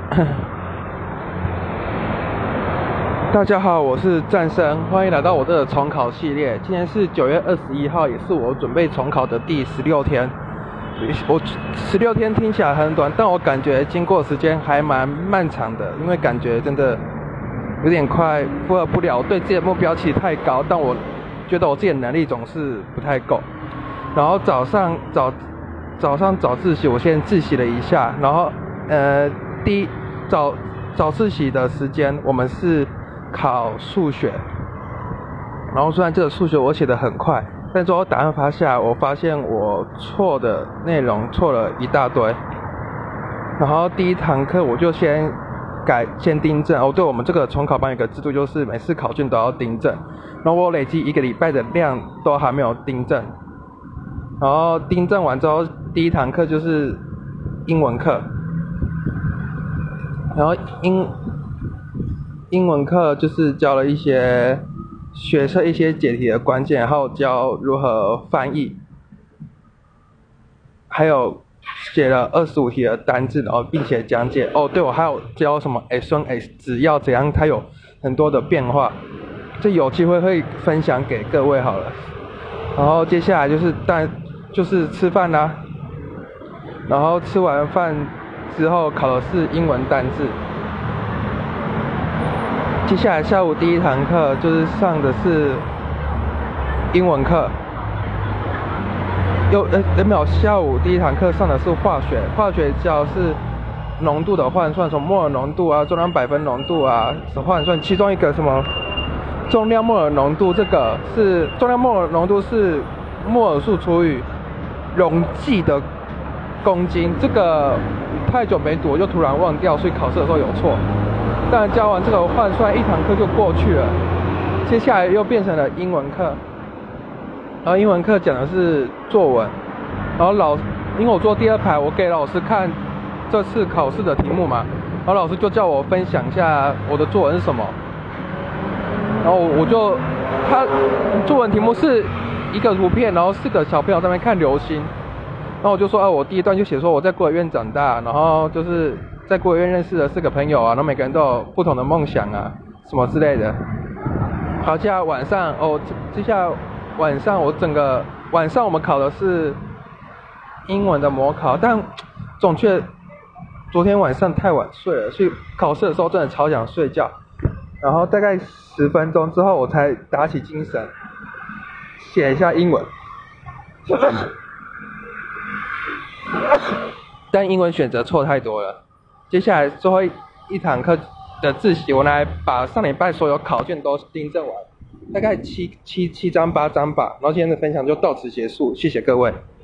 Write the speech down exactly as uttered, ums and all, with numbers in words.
大家好，我是战生，欢迎来到我的重考系列。今天是九月二十一号，也是我准备重考的第十六天。我十六天听起来很短，但我感觉经过时间还蛮漫长的，因为感觉真的有点快负荷不了。对自己的目标其实太高，但我觉得我自己的能力总是不太够。然后早上早早上早自习，我先自习了一下，然后呃第一早早自习的时间我们是考数学，然后虽然这个数学我写得很快，但最后答案发下来，我发现我错的内容错了一大堆。然后第一堂课我就先改先订正哦，对，我们这个重考班有个制度，就是每次考卷都要订正。然后我累积一个礼拜的量都还没有订正，然后订正完之后，第一堂课就是英文课，然后英英文课就是教了一些学测一些解题的关键，然后教如何翻译，还有写了二十五题的单字，然后并且讲解。哦，对，我还有教什么 S 跟 S 只要怎样，它有很多的变化，这有机会会分享给各位好了。然后接下来就是但就是吃饭啦，然后吃完饭之后考的是英文单字。接下来下午第一堂课就是上的是英文课，有呃没有，下午第一堂课上的是化学，化学教的是浓度的换算，什么摩尔浓度啊、重量百分浓度啊的换算，其中一个什么重量摩尔浓度，这个是重量摩尔浓度是摩尔数除以溶剂的公斤，这个太久没读我就突然忘掉，所以考试的时候有错。但教完这个换算，一堂课就过去了。接下来又变成了英文课，然后英文课讲的是作文，然后老因为我坐第二排，我给老师看这次考试的题目嘛，然后老师就叫我分享一下我的作文是什么，然后我就他作文题目是一个图片，然后四个小朋友在那边看流星，然后我就说啊，我第一段就写说我在孤儿院长大，然后就是在孤儿院认识了四个朋友啊，然后每个人都有不同的梦想啊，什么之类的。好，接下来晚上哦，接下来晚上我整个晚上我们考的是英文的模考，但总觉得昨天晚上太晚睡了，所以考试的时候真的超想睡觉。然后大概十分钟之后我才打起精神，写一下英文。但英文选择错太多了。接下来最后一一堂课的自习，我来把上礼拜所有考卷都订正完，大概七七七张八张吧。然后今天的分享就到此结束，谢谢各位。